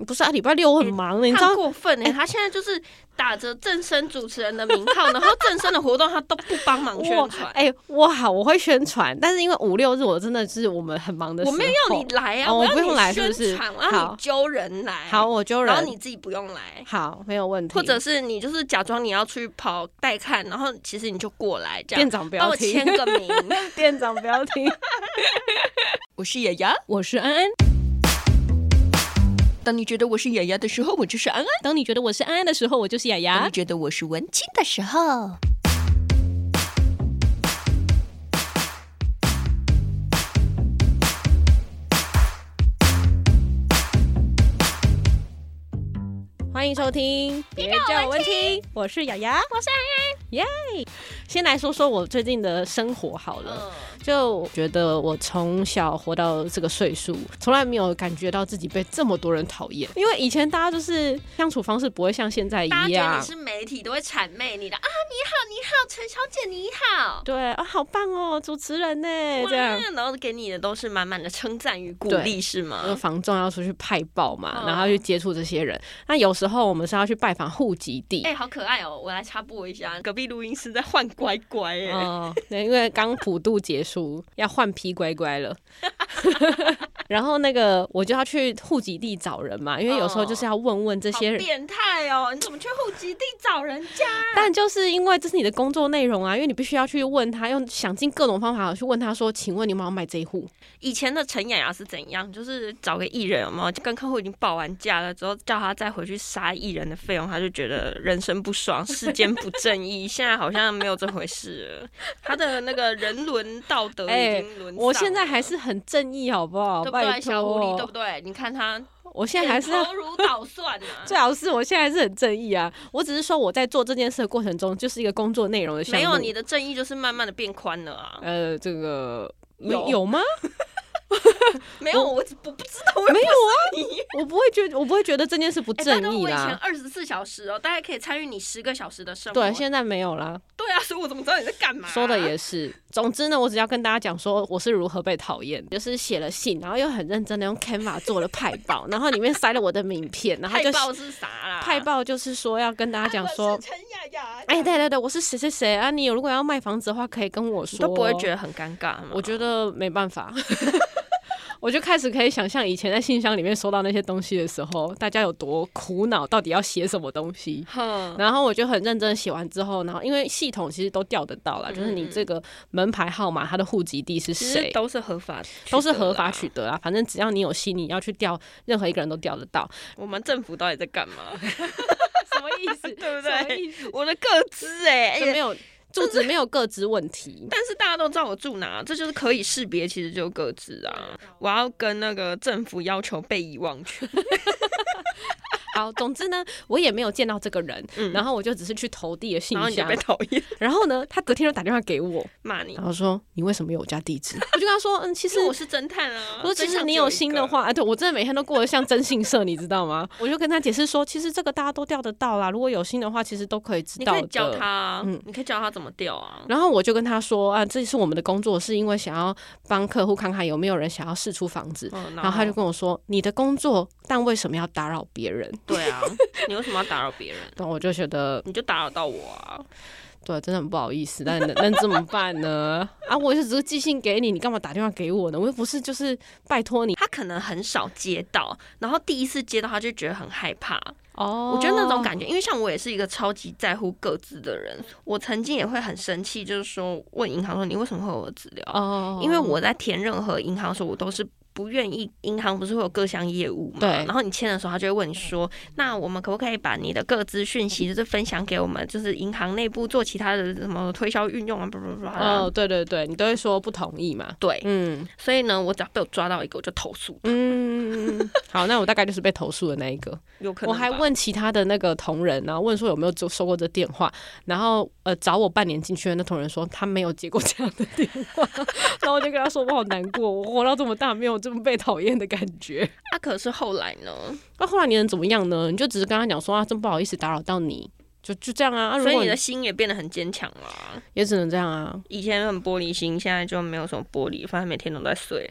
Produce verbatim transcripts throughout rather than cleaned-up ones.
不是啊，礼拜六我很忙、欸、你知道很过分哎、欸！他现在就是打着正声主持人的名号，然后正声的活动他都不帮忙宣传。 哎、欸，我好，我会宣传，但是因为五六日我真的是我们很忙的时候， 我没有要你来啊， 哦、 我要不用来你宣传，我要你揪人来。 好，我揪人， 然后你自己不用来。 好，没有问题。 或者是你就是假装你要去跑带看，然后其实你就过来这样。 店长不要听， 帮我签个名。 店长不要听。 我是雅雅， 我是安安。 当你觉得我是雅雅的时候，我就是安安； 当你觉得我是安安的时候，我就是雅雅； 当你觉得我是文青的时候， 欢迎收听，别叫我文青，我是雅雅， 我是安安， 耶、yeah! 先来说说我最近的生活好了。嗯，就觉得我从小活到这个岁数，从来没有感觉到自己被这么多人讨厌。因为以前大家就是相处方式不会像现在一样， 大家觉得你是媒体都会谄媚你的啊，你好，你好，陈小姐你好， 对啊，好棒哦，主持人呢，这样， 然后给你的都是满满的称赞与鼓励，是吗？ 房仲要出去派报嘛，嗯、然后去接触这些人。那有时候我们是要去拜访户籍地， 哎、欸，好可爱哦！我来插播一下，隔壁录音室在换乖乖哎、 哦，对，因为刚普渡结束，要换批乖乖了。然后那个我就要去户籍地找人嘛，因为有时候就是要问问这些人。 好变态哦！你怎么去户籍地找人家？ 但就是因为这是你的工作内容啊，因为你必须要去问他，用想尽各种方法去问他说：“请问你有没有买这一户？” 以前的陈雅雅是怎样？就是找个艺人，有没有跟客户已经报完价了之后，叫他再回去杀艺人的费用，他就觉得人生不爽，世间不正义。现在好像没有这回事了，他的那个人伦道德已经沦丧了、欸。 我现在还是很正义，好不好？ 对不对，小狐狸？对不对？你看他。 我现在还是头如捣蒜啊！ 最好是我现在还是很正义啊！我只是说我在做这件事的过程中，就是一个工作内容的项目。 没有，你的正义就是慢慢的变宽了啊！ 呃，这个有有吗？ 没有，我我不知道。 没有啊，我不会觉得，我不会觉得这件事不正义啦。 欸、我以前二十四小时哦，大概可以参与你十个小时的生活。 对，现在没有啦。 对啊，所以我怎么知道你在干嘛、啊？ 说的也是。总之呢，我只要跟大家讲说我是如何被讨厌，就是写了信，然后又很认真的用 Canva 做了派报，然后里面塞了我的名片，然后就派报是啥啦？ 派报就是说要跟大家讲说， 陈雅雅， 哎，对对对，我是谁谁谁啊，你有如果要卖房子的话，可以跟我说， 都不会觉得很尴尬吗？ 我觉得没办法。我就开始可以想象以前在信箱里面收到那些东西的时候，大家有多苦恼，到底要写什么东西。然后我就很认真写完之后，然后因为系统其实都调得到啦、嗯、就是你这个门牌号码，它的户籍地是谁， 都是合法， 都是合法取得啊。反正只要你有心，你要去调，任何一个人都调得到。 我们政府到底在干嘛？ 什么意思？ 对不对？ 什么意思？ 我的个资哎、欸， 没有。住址没有个资问题， 但是大家都知道我住哪，这就是可以识别，其实就个资啊。我要跟那个政府要求被遗忘权。 好，总之呢，我也没有见到这个人，嗯、然后我就只是去投递了信箱， 然后你就被讨厌。 然后呢，他隔天就打电话给我骂你， 然后说你为什么有我家地址？我就跟他说，嗯，其实我是侦探啊。 我说其实你有心的话，哎、啊，对我真的每天都过得像征信社，你知道吗？我就跟他解释说，其实这个大家都调得到啦，如果有心的话，其实都可以知道的。 你可以教他、啊，嗯，你可以教他怎么调啊。 然后我就跟他说啊，这是我们的工作，是因为想要帮客户看看有没有人想要释出房子。嗯、然后他就跟我说，你的工作，但为什么要打扰别人？ 对啊。你为什么要打扰别人？ 但我就觉得你就打扰到我啊！ 对，真的很不好意思，但能怎么办呢？啊，我就只是寄信给你，你干嘛打电话给我呢？我又不是就是拜托你。 他可能很少接到，然后第一次接到他就觉得很害怕。哦，我觉得那种感觉，因为像我也是一个超级在乎个资的人，我曾经也会很生气，就是说问银行说你为什么会有我的资料？哦，因为我在填任何银行的时候，我都是。不愿意，银行不是会有各项业务嘛？对。然后你签的时候，他就会问你说：“那我们可不可以把你的个资讯息就是分享给我们，就是银行内部做其他的什么推销运用啊？” 哦，对对对，你都会说不同意嘛？ 对，嗯。所以呢，我只要被我抓到一个，我就投诉。 嗯，好，那我大概就是被投诉的那一个。 有可能。 我还问其他的那个同仁，然后问说有没有收过这电话，然后呃找我半年进去的那同仁说他没有接过这样的电话，然后我就跟他说我好难过，我活到这么大没有这么被讨厌的感觉。 啊，可是后来呢？ 那、啊、后来你能怎么样呢？你就只是跟他讲说啊，真不好意思打扰到你，就就这样啊。啊所以你的心也变得很坚强了、啊， 也只能这样啊。 以前很玻璃心，现在就没有什么玻璃，反正每天都在睡。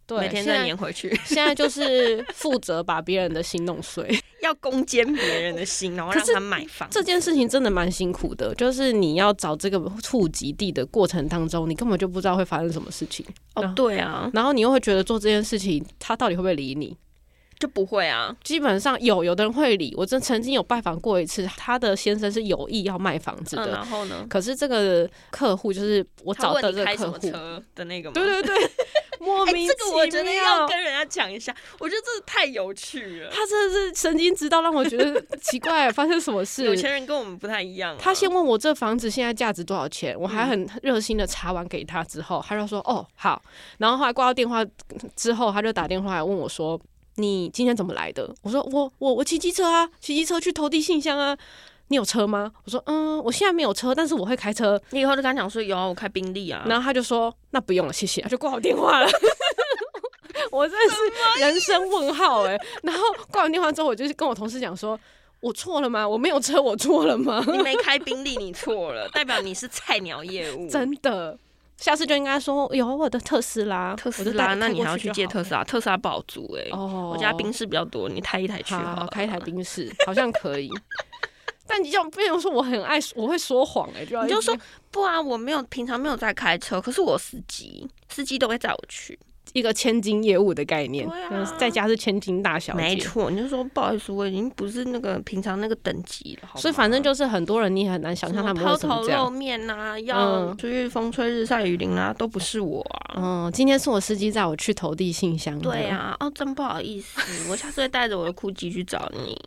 对， 每天再粘回去。 现在就是负责把别人的心弄碎， 要攻坚别人的心，然后让他买房。 这件事情真的蛮辛苦的，就是你要找这个户籍地的过程当中，你根本就不知道会发生什么事情。 哦，对啊， 然后你又会觉得做这件事情，他到底会不会理你？ 就不会啊， 基本上有有的人会理。我真曾经有拜访过一次，他的先生是有意要卖房子的， 嗯、然后呢？ 可是这个客户就是我找的这个客户车的那个吗？ 对对对，莫名其妙、欸。 这个我觉得要跟人家讲一下，我觉得这太有趣了。 他真的是神经质到让我觉得奇怪，发生什么事？ 有钱人跟我们不太一样、啊。 他先问我这房子现在价值多少钱，我还很热心的查完给他之后，他就说哦好，然后后来挂到电话之后，他就打电话来问我说。你今天怎么来的？我说我我我骑机车啊，骑机车去投递信箱啊。你有车吗？我说嗯，我现在没有车，但是我会开车。 你以后就跟他讲说有啊，我开宾利啊。 然后他就说那不用了，谢谢，他就挂我电话了。我真的是人生问号哎、欸。然后挂完电话之后，我就是跟我同事讲说。我错了吗？我没有车，我错了吗？ 你没开宾利，你错了，代表你是菜鸟业务。 真的。下次就应该说有我的特斯拉， 特斯拉，那你还要去借特斯拉？特斯拉不好租哎、欸，哦，我家宾士比较多，你开一台去好了， 好开一台宾士好像可以。但你就不能说我很爱，我会说谎哎、欸，就你就说不啊，我没有，平常没有在开车，可是我司机，司机都会载我去。 一个千金业务的概念，啊、在家是千金大小姐， 没错。你就说不好意思，我已经不是那个平常那个等级了，好所以反正就是很多人，你很难想象他们为什么这样。 抛头露面啊，要出去风吹日晒雨淋啊，都不是我啊。 嗯，今天是我司机载我去投递信箱的。 对啊，哦，真不好意思，我下次会带着我的酷机去找你。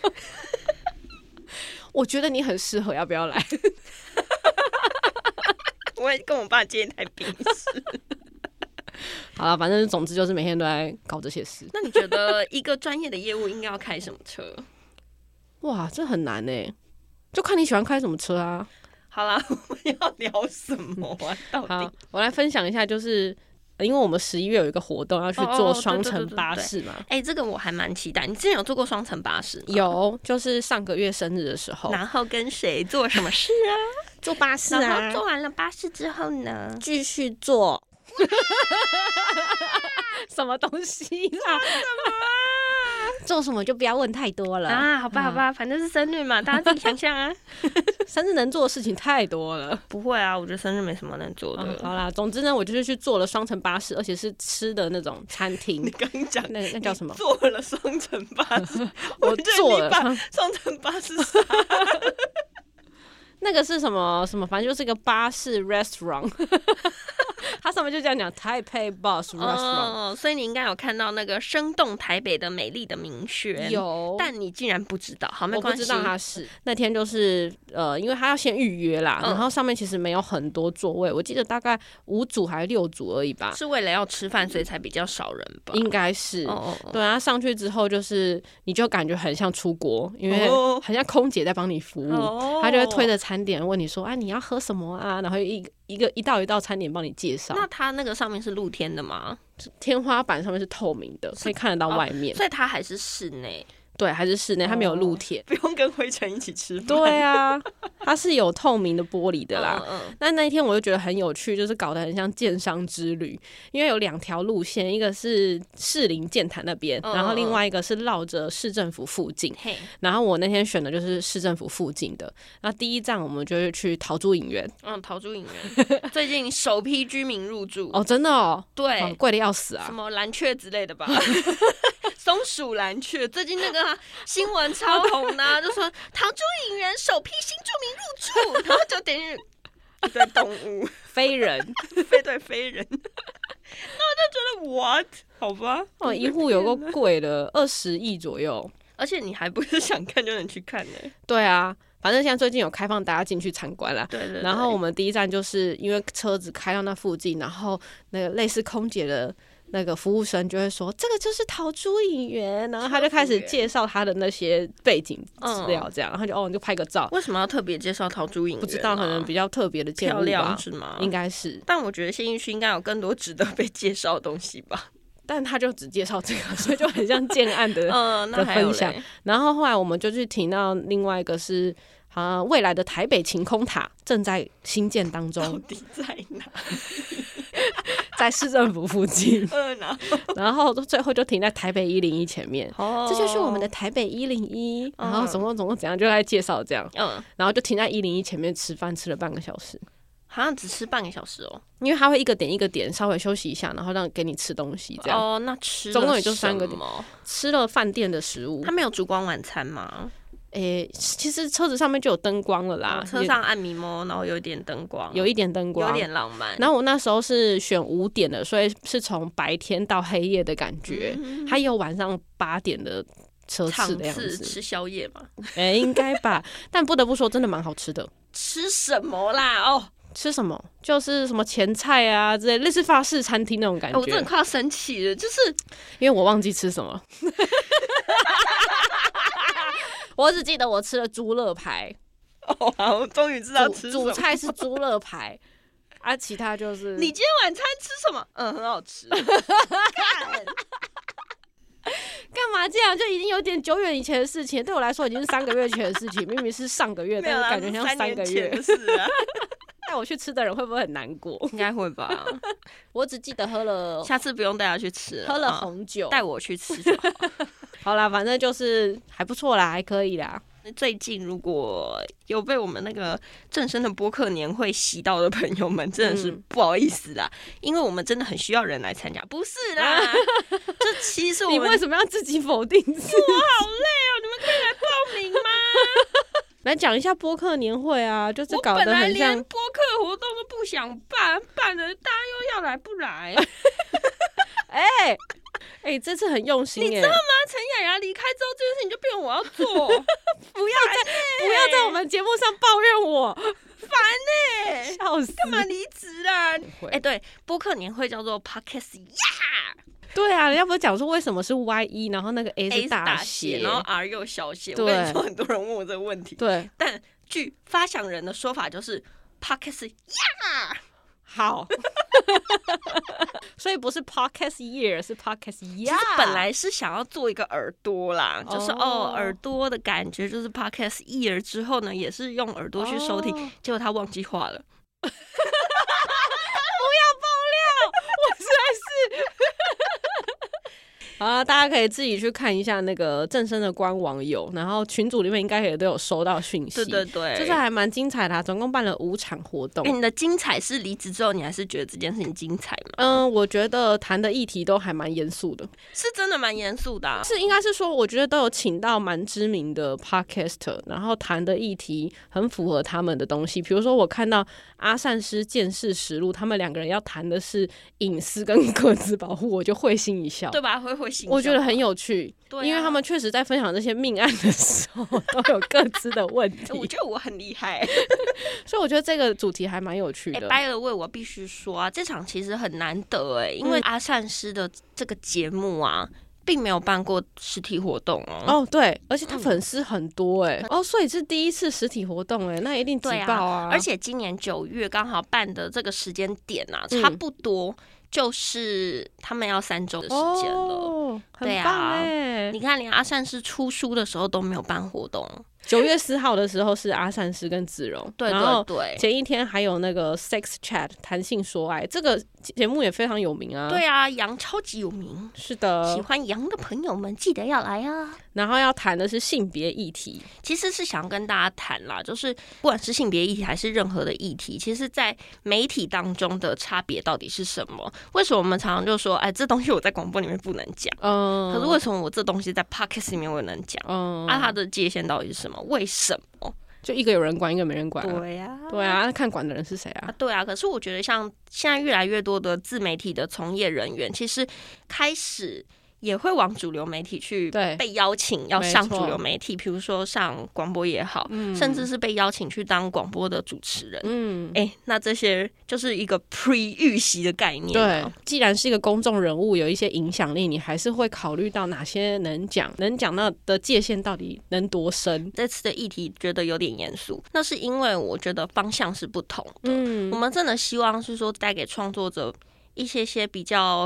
我觉得你很适合，要不要来？ 我会跟我爸借一台宾士。 好了，反正总之就是每天都在搞这些事。 那你觉得一个专业的业务应该要开什么车？ 哇，这很难哎，就看你喜欢开什么车啊。 好啦，我们要聊什么啊？到底？ 好，我来分享一下，就是因为我们十一月有一个活动要去坐双层巴士嘛。 哎、欸，这个我还蛮期待。你之前有坐过双层巴士吗？ 有，就是上个月生日的时候。 然后跟谁做什么事啊？ 坐巴士啊。 然后坐完了巴士之后呢， 继续坐。什么东西啦？做什么就不要问太多了啊！好吧，好吧，反正是生日嘛，大家自己想想啊。 生日能做的事情太多了。 不会啊，我觉得生日没什么能做的。 嗯、好啦，总之呢，我就是去坐了双层巴士，而且是吃的那种餐厅。 你刚讲那那叫什么？ 坐了双层巴士， 我坐了双层巴士杀。 那个是什么什么？反正就是一个巴士 restaurant， 它上面就这样讲 Taipei Bus Restaurant。 哦，所以你应该有看到那个生动台北的美丽的名轩， 有， 但你竟然不知道。好，没关系， 我不知道它是那天就是呃，因为他要先预约啦、嗯，然后上面其实没有很多座位，我记得大概五组还是六组而已吧。 是为了要吃饭，所以才比较少人吧？ 应该是，哦哦对啊，上去之后就是你就感觉很像出国，因为很像空姐在帮你服务，哦、他就会推着餐点问你说：“哎，你要喝什么啊？”然后一一个一道一道餐点帮你介绍。 那它那个上面是露天的吗？ 天花板上面是透明的，可以看得到外面， 哦、所以它还是室内。 对，还是室内，它没有露天、哦， 不用跟灰尘一起吃饭。 对啊，它是有透明的玻璃的啦。嗯嗯那那一天我就觉得很有趣，就是搞得很像建商之旅，因为有两条路线，一个是士林健谈那边、嗯，然后另外一个是绕着市政府附近。嗯、然后我那天选的就是市政府附近的。那第一站我们就是去陶朱影园。 嗯，陶朱影园最近首批居民入住哦，真的哦， 对， 哦、贵的要死啊， 什么蓝雀之类的吧。松鼠蓝雀最近那个、啊、新闻超红的、啊，就说陶朱影园首批新住民入住，然后就点进一堆动物， 飞人， 飞对飞人，那我就觉得 what 好吧， 哦，一户有够贵的，二十亿左右， 而且你还不是想看就能去看呢、欸？ 对啊。反正现在最近有开放大家进去参观啦， 对对对。 然后我们第一站就是因为车子开到那附近，然后那个类似空姐的那个服务生就会说这个就是陶朱影园，然后他就开始介绍他的那些背景资料，这样，然后就哦你就拍个照。 为什么要特别介绍陶朱影园、啊？ 不知道，可能比较特别的建筑吧， 漂亮是吗？ 应该是。 但我觉得信义区应该有更多值得被介绍的东西吧。 但他就只介绍这个，所以就很像建案的、 嗯、 的分享。然后后来我们就去听到另外一个是。啊，未来的台北晴空塔正在兴建当中。 到底在哪？ 在市政府附近，然后最后就停在台北一零一前面，哦、这就是我们的台北一零一，然后总共总共怎样就在介绍这样，嗯，然后就停在一零一前面吃饭，吃了半个小时， 好像只吃半个小时哦， 因为他会一个点一个点稍微休息一下，然后让给你吃东西这样。 哦，那吃总共也就三个点，吃了饭店的食物。 他没有烛光晚餐吗？ 诶、欸，其实车子上面就有灯光了啦， 哦、车上按迷蒙，然后有一点灯光， 有一点灯光， 有点浪漫。 然后我那时候是选五点的，所以是从白天到黑夜的感觉，嗯、还有晚上八点的车次的样子。 吃宵夜吗？ 哎、欸，应该吧。但不得不说，真的蛮好吃的。 吃什么啦？哦。 吃什么？就是什么前菜啊之类，类似法式餐厅那种感觉。 欸、我真的快要生气了，就是因为我忘记吃什么。我只记得我吃了猪肋排。 哦，好，我终于知道吃什么。 主菜是猪肋排，啊，其他就是。 你今天晚餐吃什么？嗯，很好吃。干嘛这样？就已经有点久远以前的事情，对我来说已经是三个月前的事情，明明是上个月，但是感觉像三个月的事啊。 带我去吃的人会不会很难过？ 应该会吧。 我只记得喝了， 下次不用带他去吃了， 喝了红酒， 带、啊、我去吃就好。 好啦，反正就是还不错啦，还可以啦。 最近如果有被我们那个正声的播客年会洗到的朋友们，真的是不好意思啦，嗯、因为我们真的很需要人来参加。不是啦，这其实我们你为什么要自己否定？我好累哦，你们可以来报名吗？ 来讲一下播客年会啊，就是搞得很像。我本来连播客活动都不想办，办了大家又要来不来。 哎哎、欸欸，这次很用心、欸， 你知道吗？陈雅雅离开之后，这件事情就变成我要做。 不要在、欸、不要在我们节目上抱怨我， 烦呢、欸！ 笑死！ 干嘛离职啦？哎、欸，对，播客年会叫做 Podcast 呀。 对啊，人家不是讲说为什么是 Y E， 然后那个 A 是大写， 然后 R 又小写。我跟你说，很多人问我这个问题。 对， 但据发想人的说法，就是 Podcast 呀。 好，所以不是 Podcast year， 是 Podcast 呀。其实本来是想要做一个耳朵啦，哦、就是哦耳朵的感觉，就是 Podcast year 之后呢，也是用耳朵去收听，哦、结果他忘记画了。不要爆料，我实在是。好啊，大家可以自己去看一下那个正声的官网有，然后群组里面应该也都有收到讯息。 对对对， 就是还蛮精彩的、啊，总共办了五场活动。 欸、你的精彩是离职之后，你还是觉得这件事情精彩吗？ 嗯，我觉得谈的议题都还蛮严肃的， 是真的蛮严肃的、啊。 是应该是说，我觉得都有请到蛮知名的 podcaster， 然后谈的议题很符合他们的东西。比如说，我看到阿善师见识实录，他们两个人要谈的是隐私跟个资保护，我就会心一笑， 对吧？会会心一笑， 我觉得很有趣，对、啊，因为他们确实在分享这些命案的时候都有各自的问题。 我觉得我很厉害， 所以我觉得这个主题还蛮有趣的。 by the way，我必须说啊，这场其实很难得哎，因为阿善师的这个节目啊。并没有办过实体活动哦。 哦，对，而且他粉丝很多哎、嗯，哦，所以是第一次实体活动哎，那一定挤爆啊！ 啊而且今年九月刚好办的这个时间点啊，嗯、差不多就是他们要三周的时间了。 哦，很棒哎！ 你看，连阿善师出书的时候都没有办活动。 九月四号的时候是阿善师跟子荣， 对对对， 前一天还有那个 Sex Chat 谈性说爱，这个节目也非常有名啊。 对啊，羊超级有名， 是的， 喜欢羊的朋友们记得要来啊。 然后要谈的是性别议题， 其实是想跟大家谈啦，就是不管是性别议题还是任何的议题，其实在媒体当中的差别到底是什么？为什么我们常常就说，哎，这东西我在广播里面不能讲，嗯，可是为什么我这东西在 podcast 里面我能讲？嗯，啊，它的界限到底是什么？为什么？ 就一个有人管，一个没人管、啊。 对呀、啊， 对啊，那看管的人是谁啊？ 啊？对啊，可是我觉得像现在越来越多的自媒体的从业人员，其实开始也会往主流媒体去被邀请要上主流媒体，比如说上广播也好、嗯，甚至是被邀请去当广播的主持人。嗯，哎、欸，那这些就是一个 pre 预习的概念。 对，既然是一个公众人物，有一些影响力，你还是会考虑到哪些能讲，能讲到的界限到底能多深。 这次的议题觉得有点严肃，那是因为我觉得方向是不同的。嗯，我们真的希望是说带给创作者一些些比较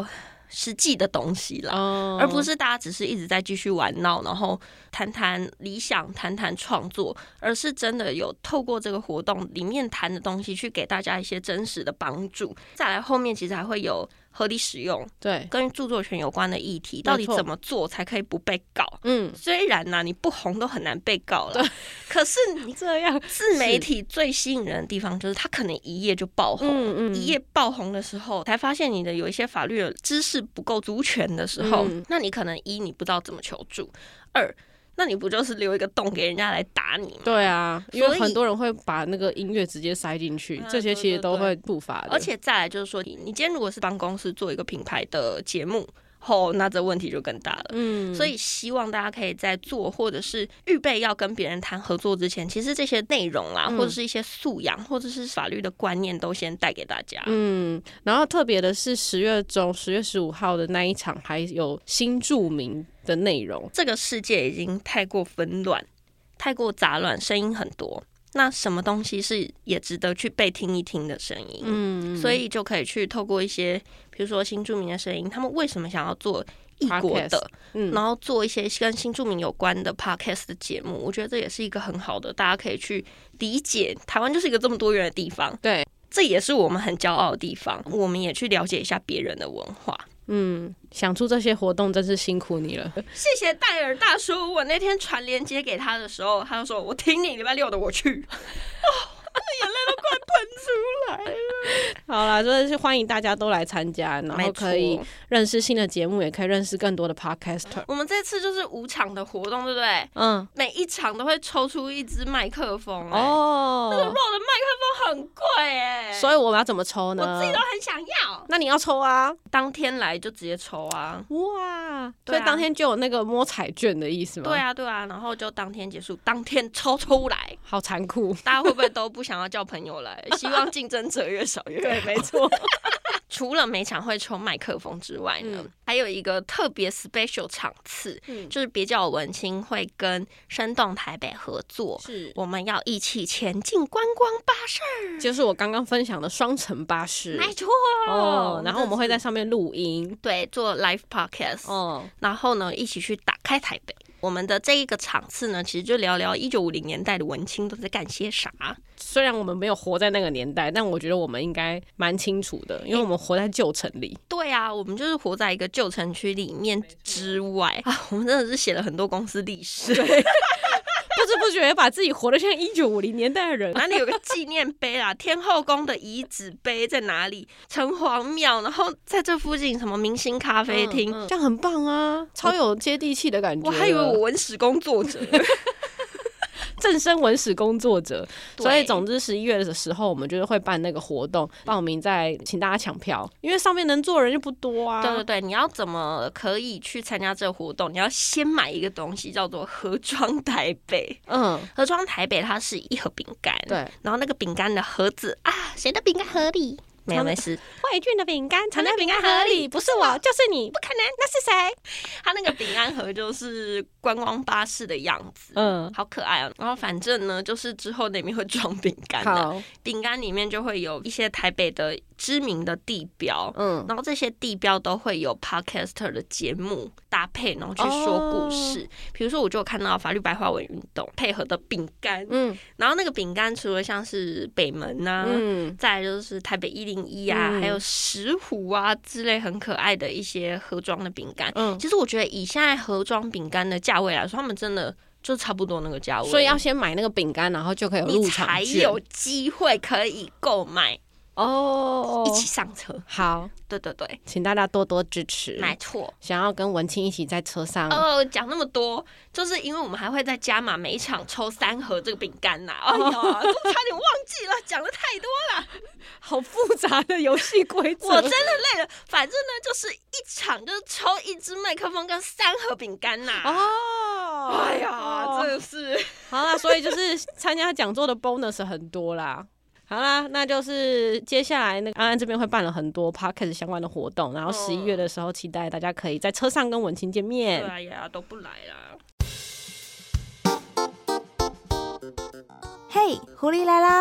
实际的东西啦，哦、而不是大家只是一直在继续玩闹，然后谈谈理想、谈谈创作，而是真的有透过这个活动里面谈的东西，去给大家一些真实的帮助。再来后面其实还会有合理使用，对，跟著作权有关的议题，到底怎么做才可以不被告？嗯，虽然呢、啊、你不红都很难被告了，可是你这样自媒体最吸引人的地方就是它可能一夜就爆红，嗯嗯，一夜爆红的时候才发现你的有一些法律的知识不够足全的时候，嗯、那你可能一你不知道怎么求助，二那你不就是留一个洞给人家来打你吗？ 对啊，因为很多人会把那个音乐直接塞进去，这些其实都会触发的。 而且再来就是说，你今天如果是帮公司做一个品牌的节目，后、哦、那这问题就更大了。嗯，所以希望大家可以在做或者是预备要跟别人谈合作之前，其实这些内容啦，嗯、或者是一些素养，或者是法律的观念，都先带给大家。 嗯，然后特别的是十月中十月十五号的那一场，还有新著名的内容。 这个世界已经太过纷乱，太过杂乱，声音很多。那什么东西是也值得去被听一听的声音？嗯，所以就可以去透过一些，比如说新住民的声音，他们为什么想要做异国的，嗯、然后做一些跟新住民有关的 podcast 的节目，我觉得这也是一个很好的，大家可以去理解台湾就是一个这么多元的地方， 对， 这也是我们很骄傲的地方，我们也去了解一下别人的文化。 嗯，想出这些活动真是辛苦你了。 谢谢戴尔大叔，我那天传连结给他的时候，他就说我听你礼拜六的我去。哦眼泪都快喷出来了。 好啦，就是欢迎大家都来参加，然后可以认识新的节目，也可以认识更多的 podcaster。 我们这次就是五场的活动，对不对？嗯，每一场都会抽出一支麦克风、欸。哦，那个 R O D 的麦克风很贵哎、欸， 所以我们要怎么抽呢？ 我自己都很想要。 那你要抽啊， 当天来就直接抽啊！ 哇，啊、所以当天就有那个摸彩券的意思吗？ 对啊，对啊，然后就当天结束，当天抽出来， 好残酷！ 大家会不会都不想要叫朋友来？希望竞争者越少越好。 对，没错。 除了每场会抽麦克风之外呢，嗯、还有一个特别 special 场次，嗯、就是别叫我文青会跟生动台北合作，是我们要一起前进观光巴士， 就是我刚刚分享的双层巴士， 没错哦。然后我们会在上面录音， 对，做 live podcast，哦，然后呢一起去打开台北。我们的这一个场次呢，其实就聊聊一九五零年代的文青都在干些啥。 虽然我们没有活在那个年代，但我觉得我们应该蛮清楚的，因为我们活在旧城里。 对啊，我们就是活在一个旧城区里面之外啊，我们真的是写了很多公司历史。对。 不知不觉也把自己活得像一九五零年代的人。 哪里有个纪念碑啦？天后宫的遗址碑在哪里？城隍庙，然后在这附近什么明星咖啡厅、嗯嗯，这样很棒啊，超有接地气的感觉。 我还以为我文史工作者。 正身文史工作者，所以总之十一月的时候，我们就是会办那个活动，报名再请大家抢票，因为上面能坐的人就不多啊。 对对对，你要怎么可以去参加这个活动？你要先买一个东西叫做盒装台北。嗯，盒装台北它是一盒饼干，对，然后那个饼干的盒子啊，谁的饼干盒里？没有没事， 慧俊的饼干藏在饼干盒里，不是我就是你，不可能，那是谁？ 他那个饼干盒就是观光巴士的样子，嗯，好可爱啊。然后反正呢，就是之后里面会装饼干的，饼干里面就会有一些台北的知名的地标，嗯，然后这些地标都会有 podcaster 的节目搭配，然后去说故事。哦、比如说，我就有看到法律白话文运动配合的饼干，嗯，然后那个饼干除了像是北门啊，嗯，再来就是台北一零一啊，嗯、还有石虎啊之类很可爱的一些盒装的饼干。嗯，其实我觉得以现在盒装饼干的价位来说，他们真的就差不多那个价位， 所以要先买那个饼干，然后就可以有入场券， 你才有机会可以购买。哦，一起上车。 好， 对对对， 请大家多多支持。 没错， 想要跟文青一起在车上。 哦，讲那么多，就是因为我们还会再加码，每一场抽三盒这个饼干呐。哎呀，都差点忘记了，讲的太多了， 好复杂的游戏规则。 我真的累了。反正呢，就是一场就是抽一支麦克风跟三盒饼干呐。哦，哎呀，真的是。 好啦，所以就是参加讲座的 bonus 很多啦。好啦，那就是接下来那个安安这边会办了很多 podcast 相关的活动，然后十一月的时候，期待大家可以在车上跟文青见面。 对啊，呀，都不来啦。 嘿，狐狸来啦！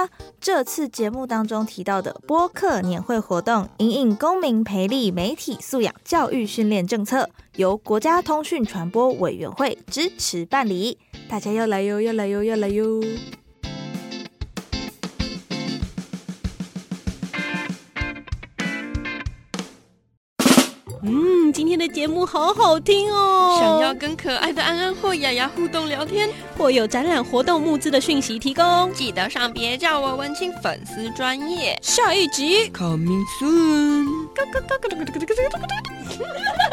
这次节目当中提到的播客年会活动，因应公民培力媒体素养教育训练政策，由国家通讯传播委员会支持办理。大家要来哟，要来哟，要来哟！ 嗯，今天的节目好好听哦！ 想要跟可爱的安安或雅雅互动聊天， 或有展览活动募资的讯息提供， 记得上别叫我文青粉丝专页。 下一集 Coming soon。